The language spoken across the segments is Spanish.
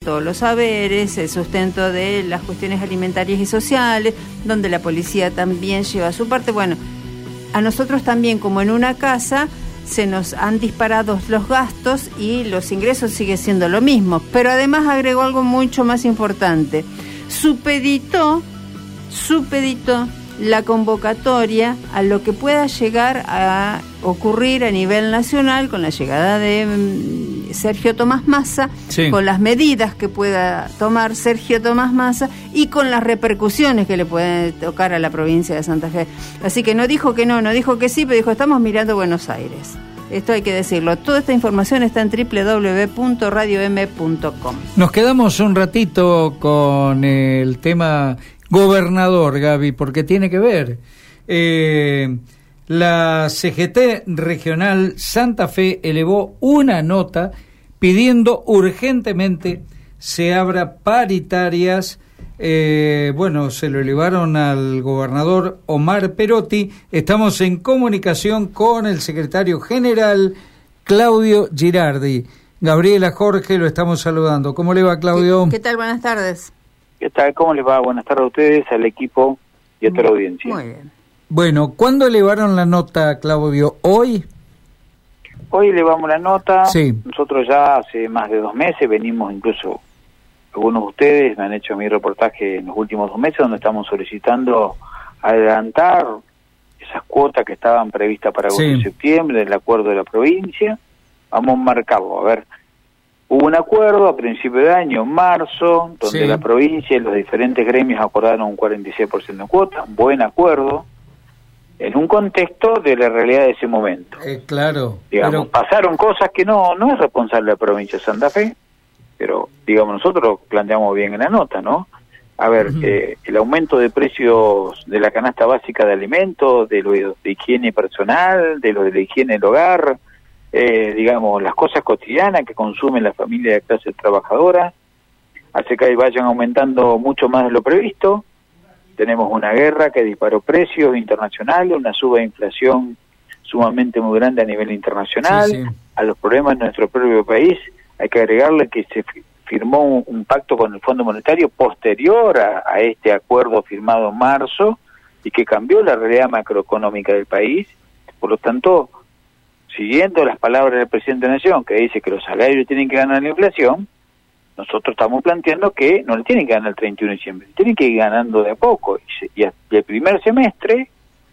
todos los saberes, el sustento de las cuestiones alimentarias y sociales, donde la policía también lleva su parte. Bueno, a nosotros también, como en una casa, se nos han disparado los gastos y los ingresos sigue siendo lo mismo. Pero además agregó algo mucho más importante. Supeditó la convocatoria a lo que pueda llegar a ocurrir a nivel nacional con la llegada de Sergio Tomás Massa, sí, con las medidas que pueda tomar Sergio Tomás Massa y con las repercusiones que le pueden tocar a la provincia de Santa Fe. Así que no dijo que no dijo que sí, pero dijo estamos mirando Buenos Aires. Esto hay que decirlo. Toda esta información está en www.radiom.com. Nos quedamos un ratito con el tema gobernador, Gaby, porque tiene que ver. La CGT Regional Santa Fe elevó una nota pidiendo urgentemente se abra paritarias. Se lo elevaron al gobernador Omar Perotti. Estamos en comunicación con el secretario general Claudio Girardi. Gabriela, Jorge, lo estamos saludando. ¿Cómo le va, Claudio? ¿Qué tal? Buenas tardes. ¿Qué tal? ¿Cómo les va? Buenas tardes a ustedes, al equipo y a toda la audiencia. Muy bien. Bueno, ¿cuándo elevaron la nota, Claudio? ¿Hoy? Hoy elevamos la nota. Sí. Nosotros ya hace más de 2 meses venimos, incluso algunos de ustedes me han hecho mi reportaje en los últimos 2 meses, donde estamos solicitando adelantar esas cuotas que estaban previstas para agosto y septiembre, del acuerdo de la provincia. Vamos a marcarlo, a ver. Hubo un acuerdo a principio de año, en marzo, donde la provincia y los diferentes gremios acordaron un 46% de cuota, un buen acuerdo, en un contexto de la realidad de ese momento. Claro. Digamos, pasaron cosas que no es responsable la provincia de Santa Fe, pero, digamos, nosotros lo planteamos bien en la nota, ¿no? A ver, el aumento de precios de la canasta básica de alimentos, de lo de higiene personal, de lo de la higiene del hogar, digamos, las cosas cotidianas que consumen la familia de clase trabajadora, hace que vayan aumentando mucho más de lo previsto. Tenemos una guerra que disparó precios internacionales, una suba de inflación sumamente muy grande a nivel internacional, a los problemas de nuestro propio país. Hay que agregarle que se firmó un pacto con el Fondo Monetario posterior a este acuerdo firmado en marzo y que cambió la realidad macroeconómica del país. Por lo tanto, siguiendo las palabras del presidente de la Nación, que dice que los salarios tienen que ganar la inflación, nosotros estamos planteando que no le tienen que ganar el 31 de diciembre, tienen que ir ganando de a poco. Y el primer semestre,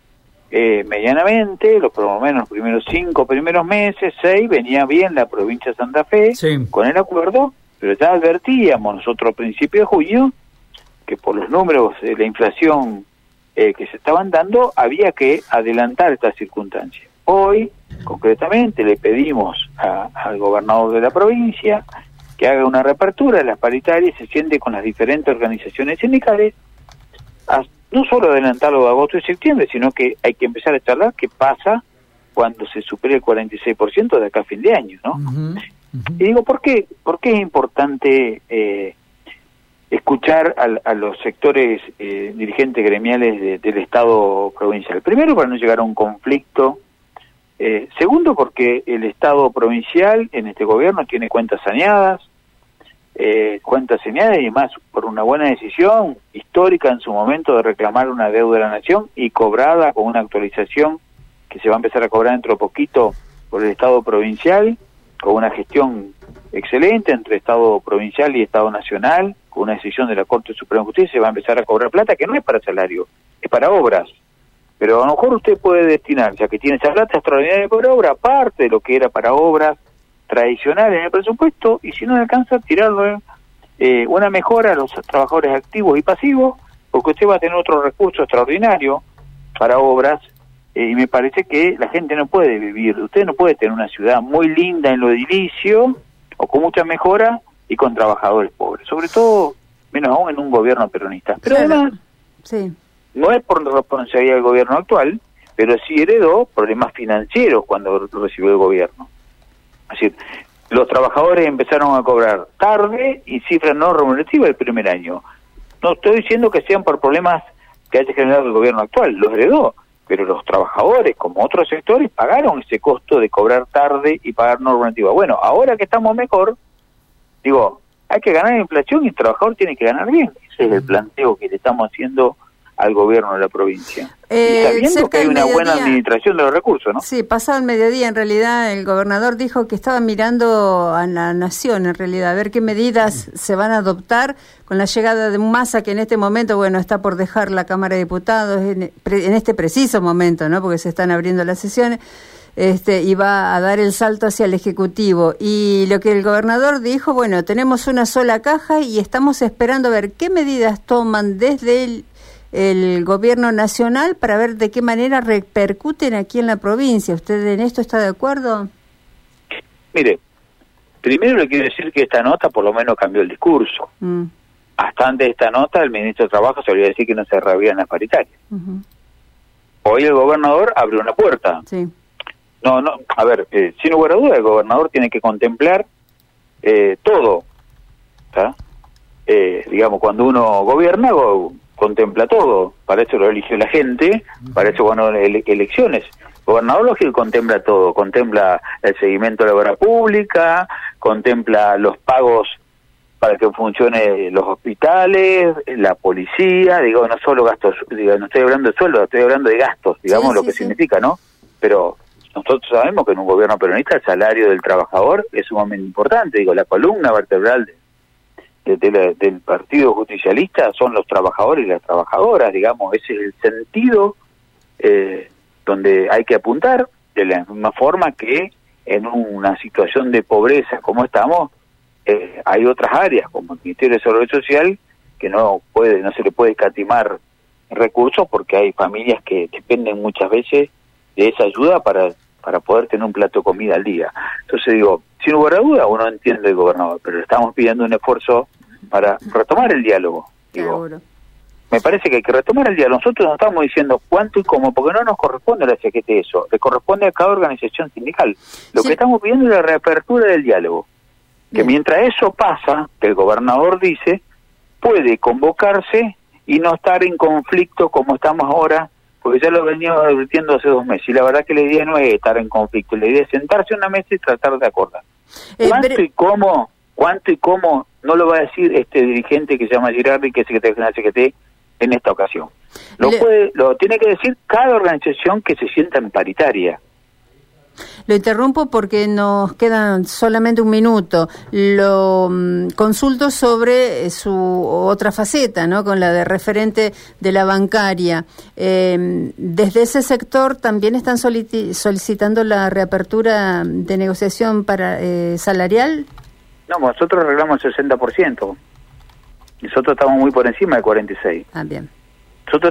medianamente, por lo menos los primeros 5 primeros meses, 6, venía bien la provincia de Santa Fe con el acuerdo, pero ya advertíamos nosotros a principios de junio que por los números de la inflación que se estaban dando, había que adelantar estas circunstancias. Hoy, concretamente, le pedimos al gobernador de la provincia que haga una reapertura de las paritarias y se siente con las diferentes organizaciones sindicales, no solo adelantarlo de agosto y septiembre, sino que hay que empezar a charlar qué pasa cuando se supere el 46% de acá a fin de año, ¿no? Y digo, ¿por qué es importante escuchar a los sectores dirigentes gremiales del Estado provincial? Primero, para no llegar a un conflicto. Segundo, porque el Estado provincial en este gobierno tiene cuentas saneadas y además por una buena decisión histórica en su momento de reclamar una deuda de la Nación y cobrada con una actualización que se va a empezar a cobrar dentro de poquito por el Estado provincial, con una gestión excelente entre Estado provincial y Estado nacional, con una decisión de la Corte Suprema de Justicia, se va a empezar a cobrar plata que no es para salario, es para obras. Pero a lo mejor usted puede destinar, ya que tiene esa plata extraordinaria por obra, aparte de lo que era para obras tradicionales en el presupuesto, y si no le alcanza, tirarlo una mejora a los trabajadores activos y pasivos, porque usted va a tener otro recurso extraordinario para obras, y me parece que la gente no puede vivir, usted no puede tener una ciudad muy linda en lo edilicio, o con mucha mejora, y con trabajadores pobres, sobre todo, menos aún en un gobierno peronista. Pero además, no es por responsabilidad del gobierno actual, pero sí heredó problemas financieros cuando recibió el gobierno. Es decir, los trabajadores empezaron a cobrar tarde y cifras no remunerativas el primer año. No estoy diciendo que sean por problemas que haya generado el gobierno actual, los heredó, pero los trabajadores, como otros sectores, pagaron ese costo de cobrar tarde y pagar no remunerativa. Bueno, ahora que estamos mejor, digo, hay que ganar inflación y el trabajador tiene que ganar bien. Ese es el planteo que le estamos haciendo al gobierno de la provincia. Y sabiendo que hay una buena administración de los recursos, ¿no? Sí, pasado el mediodía, en realidad, el gobernador dijo que estaba mirando a la nación, en realidad, a ver qué medidas se van a adoptar con la llegada de Massa, que en este momento, bueno, está por dejar la Cámara de Diputados, en este preciso momento, ¿no? Porque se están abriendo las sesiones, y va a dar el salto hacia el Ejecutivo. Y lo que el gobernador dijo, bueno, tenemos una sola caja y estamos esperando a ver qué medidas toman desde el gobierno nacional para ver de qué manera repercuten aquí en la provincia. ¿Usted en esto está de acuerdo? Mire, primero le quiero decir que esta nota por lo menos cambió el discurso. Hasta antes de esta nota el ministro de Trabajo se olvidó decir que no se reabrían las paritarias. Hoy el gobernador abre una puerta. Sí. No, a ver, sin lugar a duda el gobernador tiene que contemplar todo, ¿tá? Digamos, cuando uno gobierna, contempla todo, para eso lo eligió la gente, para eso ganó elecciones. El gobernador lógico contempla todo, contempla el seguimiento de la obra pública, contempla los pagos para que funcionen los hospitales, la policía, digo, no solo gastos, digo, no estoy hablando de sueldo, estoy hablando de gastos, digamos, lo que significa, ¿no? Pero nosotros sabemos que en un gobierno peronista el salario del trabajador es sumamente importante, digo, la columna vertebral del partido justicialista son los trabajadores y las trabajadoras, digamos, ese es el sentido donde hay que apuntar, de la misma forma que en una situación de pobreza como estamos, hay otras áreas como el Ministerio de Desarrollo Social que no se le puede escatimar recursos porque hay familias que dependen muchas veces de esa ayuda para poder tener un plato de comida al día. Entonces digo, sin lugar a duda uno entiende el gobernador, pero le estamos pidiendo un esfuerzo para retomar el diálogo. Digo, me parece que hay que retomar el diálogo. Nosotros no estamos diciendo cuánto y cómo, porque no nos corresponde a la CGT eso, le corresponde a cada organización sindical. Lo que estamos pidiendo es la reapertura del diálogo. Que mientras eso pasa, que el gobernador dice, puede convocarse y no estar en conflicto como estamos ahora, porque ya lo veníamos advirtiendo hace 2 meses, y la verdad que la idea no es estar en conflicto, la idea es sentarse a una mesa y tratar de acordar. ¿Cuánto y cómo no lo va a decir este dirigente que se llama Girardi, que es secretario general de CGT, en esta ocasión? Lo tiene que decir cada organización que se sienta en paritaria. Lo interrumpo porque nos quedan solamente 1 minuto. Lo consulto sobre su otra faceta, ¿no? Con la de referente de la bancaria. Desde ese sector también están solicitando la reapertura de negociación para salarial. No, nosotros arreglamos el 60%. Nosotros estamos muy por encima del 46%. Ah, bien. Nosotros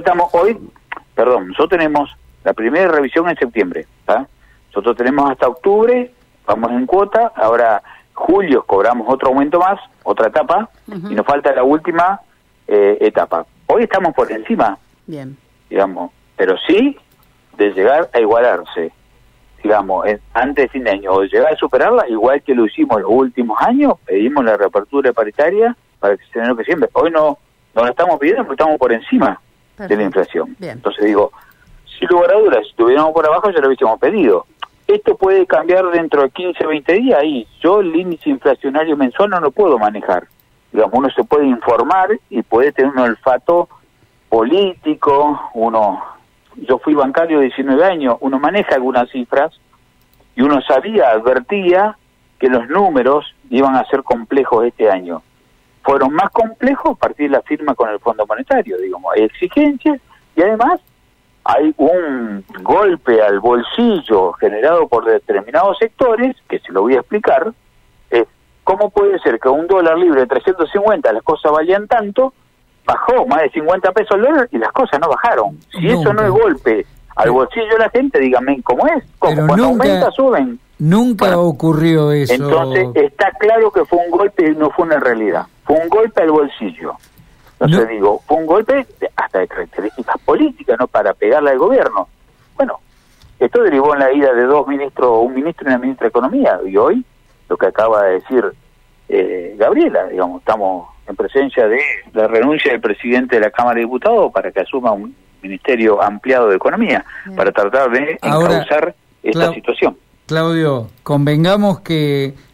tenemos la primera revisión en septiembre, ¿tá? Nosotros tenemos hasta octubre, vamos en cuota, ahora julio cobramos otro aumento más, otra etapa, y nos falta la última etapa. Hoy estamos por encima, bien, digamos, pero sí de llegar a igualarse, digamos, antes de fin de año, o de llegar a superarla, igual que lo hicimos los últimos años, pedimos la reapertura paritaria para que se tenga que siempre. Hoy no la estamos pidiendo porque estamos por encima de la inflación. Bien. Entonces digo, sin lugar a dudas, si estuviéramos por abajo ya lo hubiésemos pedido. Esto puede cambiar dentro de 15, 20 días y yo el índice inflacionario mensual no lo puedo manejar. Digamos, uno se puede informar y puede tener un olfato político, yo fui bancario de 19 años, uno maneja algunas cifras y uno advertía que los números iban a ser complejos este año. Fueron más complejos a partir de la firma con el Fondo Monetario, digamos, hay exigencias y además hay un golpe al bolsillo generado por determinados sectores, que se lo voy a explicar. ¿Cómo puede ser que $1 libre de 350 las cosas valían tanto, bajó más de 50 pesos el dólar y las cosas no bajaron? Si eso no es golpe al bolsillo de la gente, díganme cómo es. Como cuando aumenta, suben. Nunca ocurrió eso. Entonces está claro que fue un golpe y no fue una realidad. Fue un golpe al bolsillo. Entonces digo, fue un golpe hasta de características políticas, no para pegarle al gobierno. Bueno, esto derivó en la ida de un ministro y una ministra de Economía, y hoy, lo que acaba de decir Gabriela, digamos, estamos en presencia de la renuncia del presidente de la Cámara de Diputados para que asuma un ministerio ampliado de Economía, para tratar de encauzar esta situación. Claudio, convengamos que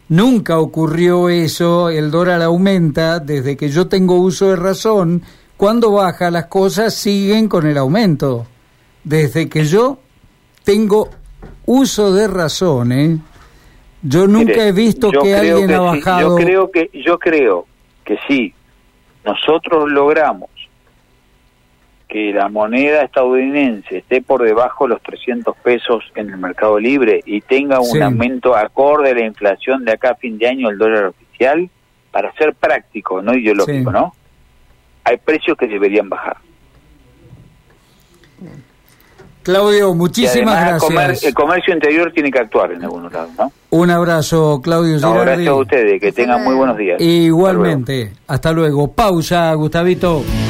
nunca ocurrió eso, el dólar aumenta desde que yo tengo uso de razón, cuando baja las cosas siguen con el aumento. Desde que yo tengo uso de razón, yo nunca he visto que alguien ha bajado. Yo creo que sí, nosotros logramos que la moneda estadounidense esté por debajo de los 300 pesos en el mercado libre y tenga un aumento acorde a la inflación de acá a fin de año del dólar oficial, para ser práctico, no ideológico, ¿no? Hay precios que deberían bajar. Claudio, muchísimas gracias. El comercio interior tiene que actuar en algunos lados, ¿no? Un abrazo, Claudio Girardi. Gracias a ustedes, que tengan muy buenos días. Igualmente, hasta luego. Pausa, Gustavito.